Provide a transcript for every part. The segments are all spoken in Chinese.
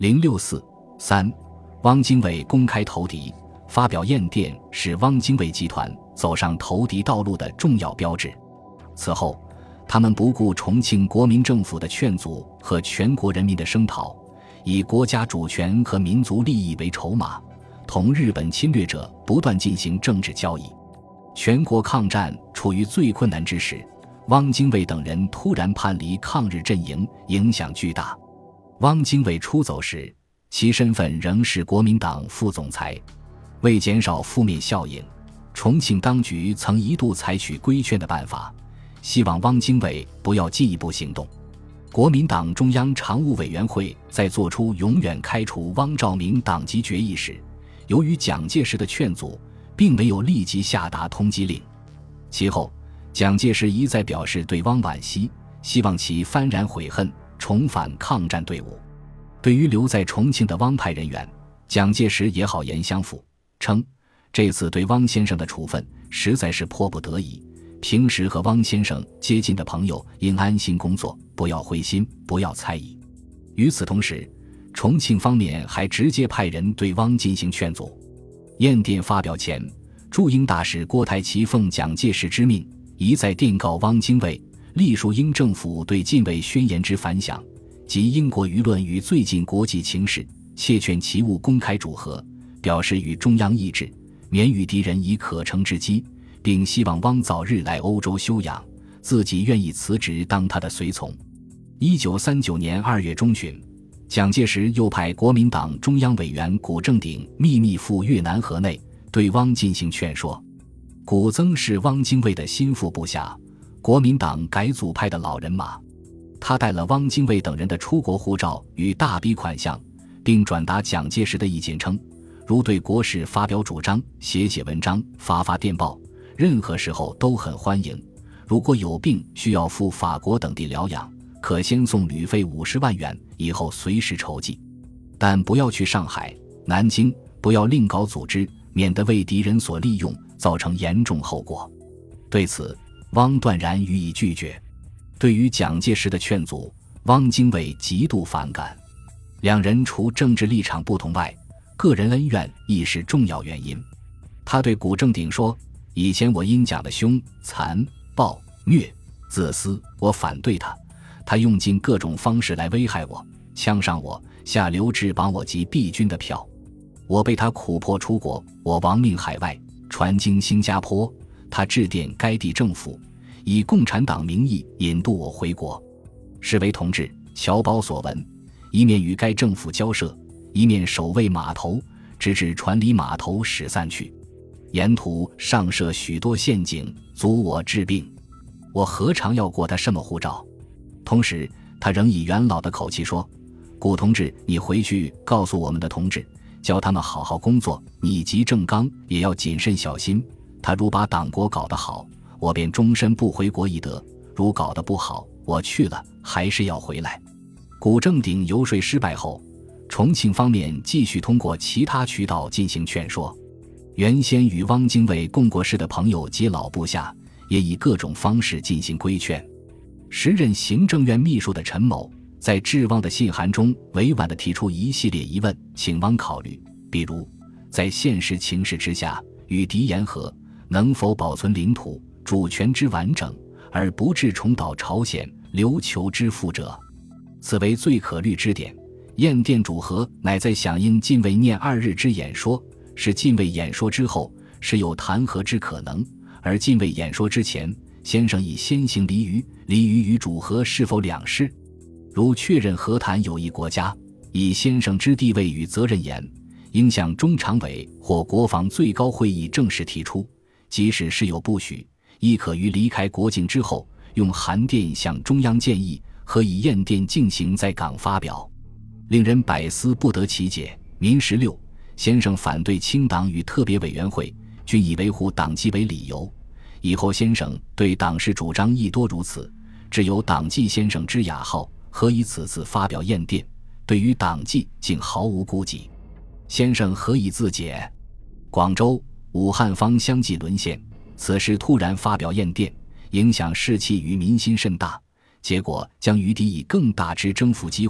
064-3汪精卫公开投敌，发表唁电是汪精卫集团走上投敌道路的重要标志。此后，他们不顾重庆国民政府的劝阻和全国人民的声讨，以国家主权和民族利益为筹码，同日本侵略者不断进行政治交易。全国抗战处于最困难之时，汪精卫等人突然叛离抗日阵营，影响巨大。汪精卫出走时，其身份仍是国民党副总裁。为减少负面效应，重庆当局曾一度采取规劝的办法，希望汪精卫不要进一步行动。国民党中央常务委员会在作出永远开除汪兆铭党籍决议时，由于蒋介石的劝阻，并没有立即下达通缉令。其后，蒋介石一再表示对汪惋惜，希望其幡然悔恨，重返抗战队伍。对于留在重庆的汪派人员，蒋介石也好言相辅，称这次对汪先生的处分实在是迫不得已，平时和汪先生接近的朋友应安心工作，不要灰心，不要猜疑。与此同时，重庆方面还直接派人对汪进行劝阻。唁电发表前，驻英大使郭台祺奉蒋介石之命，一再电告汪精卫，隶属英政府对禁卫宣言之反响及英国舆论与最近国际情势，切劝其勿公开主和，表示与中央意志，免与敌人以可乘之机，并希望汪早日来欧洲休养，自己愿意辞职当他的随从。1939年2月中旬，蒋介石又派国民党中央委员古正鼎秘密赴越南河内，对汪进行劝说。古曾是汪精卫的心腹部下，国民党改组派的老人马。他带了汪精卫等人的出国护照与大笔款项，并转达蒋介石的意见称，如对国事发表主张，写文章，发电报，任何时候都很欢迎。如果有病需要赴法国等地疗养，可先送旅费50万元，以后随时筹集。但不要去上海、南京，不要另搞组织，免得为敌人所利用，造成严重后果。对此，汪断然予以拒绝。对于蒋介石的劝阻，汪精卫极度反感。两人除政治立场不同外，个人恩怨亦是重要原因。他对古正鼎说，以前我因蒋的凶残暴虐自私，我反对他，他用尽各种方式来危害我，枪上我，下刘志绑我及避军的票，我被他苦迫出国，我亡命海外，传经新加坡，他致电该地政府，以共产党名义引渡我回国。是为同志侨胞所闻，一面与该政府交涉，一面守卫码头，直至船离码头驶散去。沿途上设许多陷阱，阻我治病，我何尝要过他什么护照？同时他仍以元老的口气说，古同志，你回去告诉我们的同志，教他们好好工作，你及正刚也要谨慎小心，他如把党国搞得好，我便终身不回国亦得；如搞得不好，我去了还是要回来。古正鼎游说失败后，重庆方面继续通过其他渠道进行劝说。原先与汪精卫共过事的朋友及老部下，也以各种方式进行规劝。时任行政院秘书的陈某，在致汪的信函中委婉地提出一系列疑问，请汪考虑，比如在现实情势之下，与敌言和，能否保存领土主权之完整，而不致重蹈朝鲜、琉球之覆辙，此为最可虑之点。唁电主和乃在响应禁卫念2日之演说，是禁卫演说之后是有弹劾之可能，而禁卫演说之前，先生已先行离渝，离渝与主和是否两事？如确认和谈有益国家，以先生之地位与责任言，应向中常委或国防最高会议正式提出，即使事有不许，亦可于离开国境之后，用函电向中央建议，和以唁电进行在港发表。令人百思不得其解。民16，先生反对清党与特别委员会，均以维护党纪为理由。以后先生对党事主张亦多如此，只有党纪先生之雅号，何以此次发表唁电，对于党纪竟毫无顾忌？先生何以自解？广州、武汉方相继沦陷，此时突然发表唁电，影响士气与民心甚大，结果将余敌以更大之征服机会，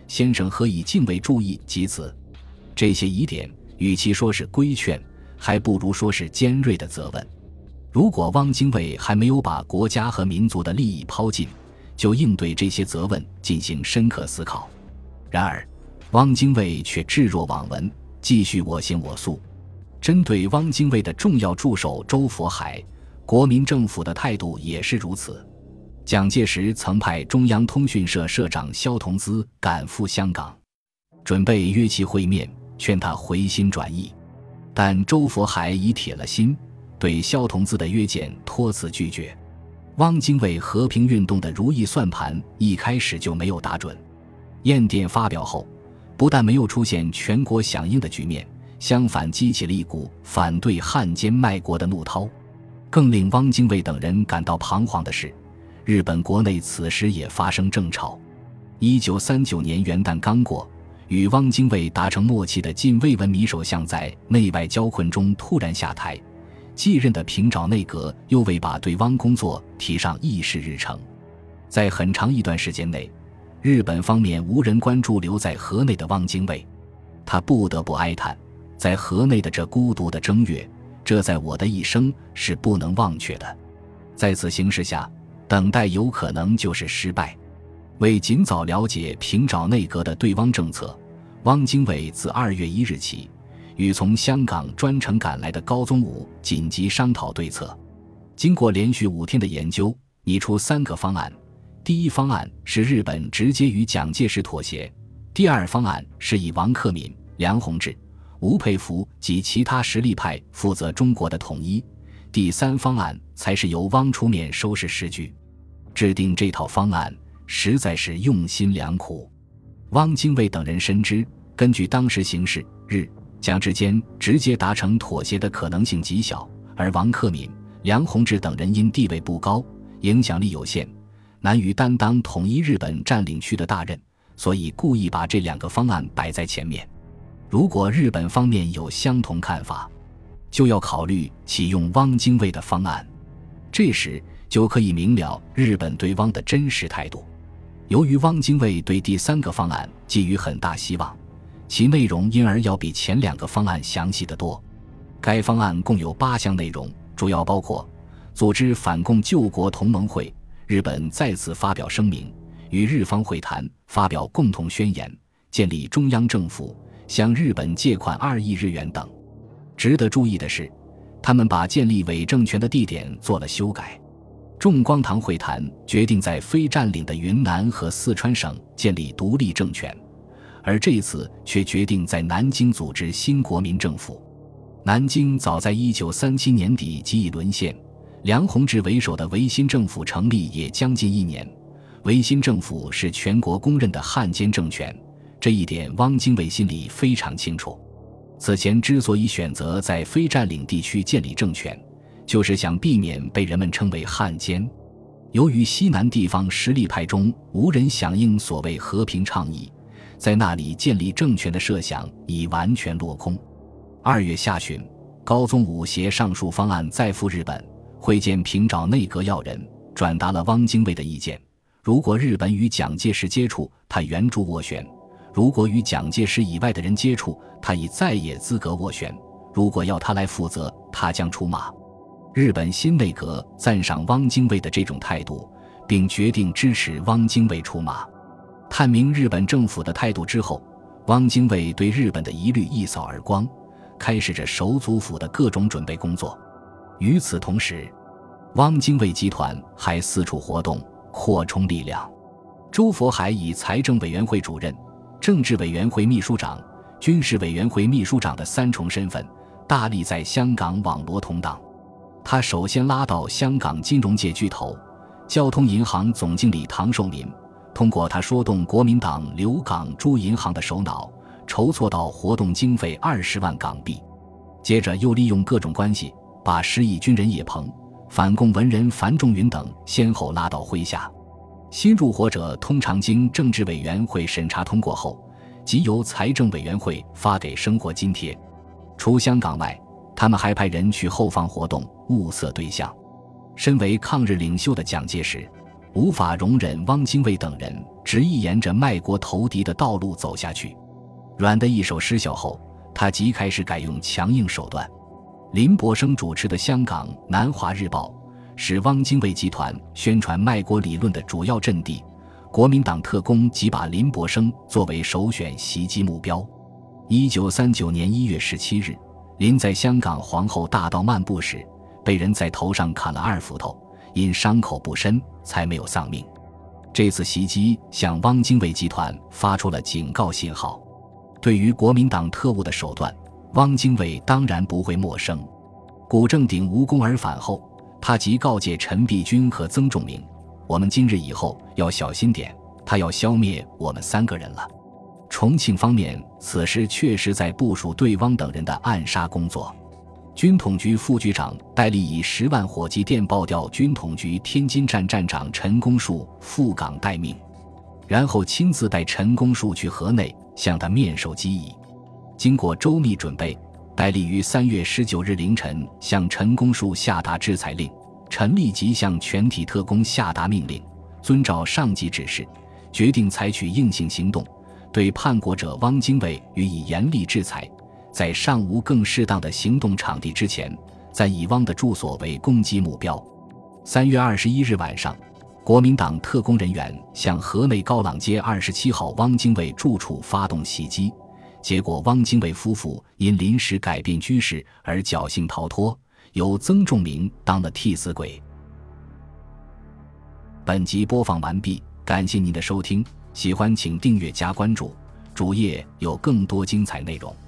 先生何以敬畏注意及此？这些疑点，与其说是规劝，还不如说是尖锐的责问。如果汪精卫还没有把国家和民族的利益抛尽，就应对这些责问进行深刻思考。然而，汪精卫却置若罔闻，继续我行我素。针对汪精卫的重要助手周佛海，国民政府的态度也是如此。蒋介石曾派中央通讯社社长萧同资赶赴香港，准备约其会面，劝他回心转意，但周佛海已铁了心，对萧同资的约见托辞拒绝。汪精卫和平运动的如意算盘一开始就没有打准。唁电发表后，不但没有出现全国响应的局面，相反激起了一股反对汉奸卖国的怒涛。更令汪精卫等人感到彷徨的是，日本国内此时也发生政潮。1939年元旦刚过，与汪精卫达成默契的近卫文米首相在内外交困中突然下台，继任的平沼内阁又未把对汪工作提上议事日程。在很长一段时间内，日本方面无人关注留在河内的汪精卫，他不得不哀叹，在河内的这孤独的正月，这在我的一生是不能忘却的。在此形势下，等待有可能就是失败。为尽早了解平沼内阁的对汪政策，汪精卫自2月1日起与从香港专程赶来的高宗武紧急商讨对策。经过连续5天的研究，拟出3个方案。第一方案是日本直接与蒋介石妥协，第二方案是以王克敏、梁鸿志、吴佩孚及其他实力派负责中国的统一，第三方案才是由汪出面收拾时局。制定这套方案实在是用心良苦。汪精卫等人深知，根据当时形势，日、蒋之间直接达成妥协的可能性极小，而王克敏、梁鸿志等人因地位不高，影响力有限，难于担当统一日本占领区的大任，所以故意把这2个方案摆在前面。如果日本方面有相同看法，就要考虑启用汪精卫的方案，这时就可以明了日本对汪的真实态度。由于汪精卫对第3个方案寄予很大希望，其内容因而要比前2个方案详细得多。该方案共有8项内容，主要包括组织反共救国同盟会，日本再次发表声明，与日方会谈，发表共同宣言，建立中央政府，向日本借款2亿日元等。值得注意的是，他们把建立伪政权的地点做了修改。众光堂会谈决定在非占领的云南和四川省建立独立政权，而这次却决定在南京组织新国民政府。南京早在1937年底即已沦陷，梁鸿志为首的维新政府成立也将近1年。维新政府是全国公认的汉奸政权，这一点汪精卫心里非常清楚。此前之所以选择在非占领地区建立政权，就是想避免被人们称为汉奸。由于西南地方实力派中无人响应所谓和平倡议，在那里建立政权的设想已完全落空。2月下旬，高宗武携上述方案再赴日本，会见平沼内阁要人，转达了汪精卫的意见。如果日本与蒋介石接触，他援助斡旋；如果与蒋介石以外的人接触，他已再也资格斡旋；如果要他来负责，他将出马。日本新内阁赞赏汪精卫的这种态度，并决定支持汪精卫出马。探明日本政府的态度之后，汪精卫对日本的疑虑一扫而光，开始着首祖府的各种准备工作。与此同时，汪精卫集团还四处活动，扩充力量。周佛海以财政委员会主任、政治委员会秘书长、军事委员会秘书长的3重身份，大力在香港网罗同党。他首先拉到香港金融界巨头交通银行总经理唐寿民，通过他说动国民党留港诸银行的首脑，筹措到活动经费20万港币。接着又利用各种关系，把失意军人叶鹏、反共文人樊仲云等先后拉到麾下。新入伙者通常经政治委员会审查通过后，即由财政委员会发给生活津贴。除香港外，他们还派人去后方活动，物色对象。身为抗日领袖的蒋介石无法容忍汪精卫等人执意沿着卖国投敌的道路走下去。阮的一手失效后，他即开始改用强硬手段。林伯生主持的香港《南华日报》是汪精卫集团宣传卖国理论的主要阵地，国民党特工即把林伯生作为首选袭击目标。1939年1月17日，林在香港皇后大道漫步时，被人在头上砍了2斧头，因伤口不深，才没有丧命。这次袭击向汪精卫集团发出了警告信号。对于国民党特务的手段，汪精卫当然不会陌生。古正鼎无功而返后，他即告诫陈璧君和曾仲明，我们今日以后要小心点，他要消灭我们3个人了。重庆方面此时确实在部署对汪等人的暗杀工作。军统局副局长戴笠以10万火急电报调军统局天津站站长陈公树赴港待命，然后亲自带陈公树去河内向他面授机宜。经过周密准备，戴笠于3月19日凌晨向陈公树下达制裁令，陈立即向全体特工下达命令，遵照上级指示，决定采取硬性行动，对叛国者汪精卫予以严厉制裁。在尚无更适当的行动场地之前，暂以汪的住所为攻击目标。3月21日晚上，国民党特工人员向河内高朗街27号汪精卫住处发动袭击，结果汪精卫夫妇因临时改变居室而侥幸逃脱，由曾仲明当了替死鬼。本集播放完毕，感谢您的收听，喜欢请订阅加关注，主页有更多精彩内容。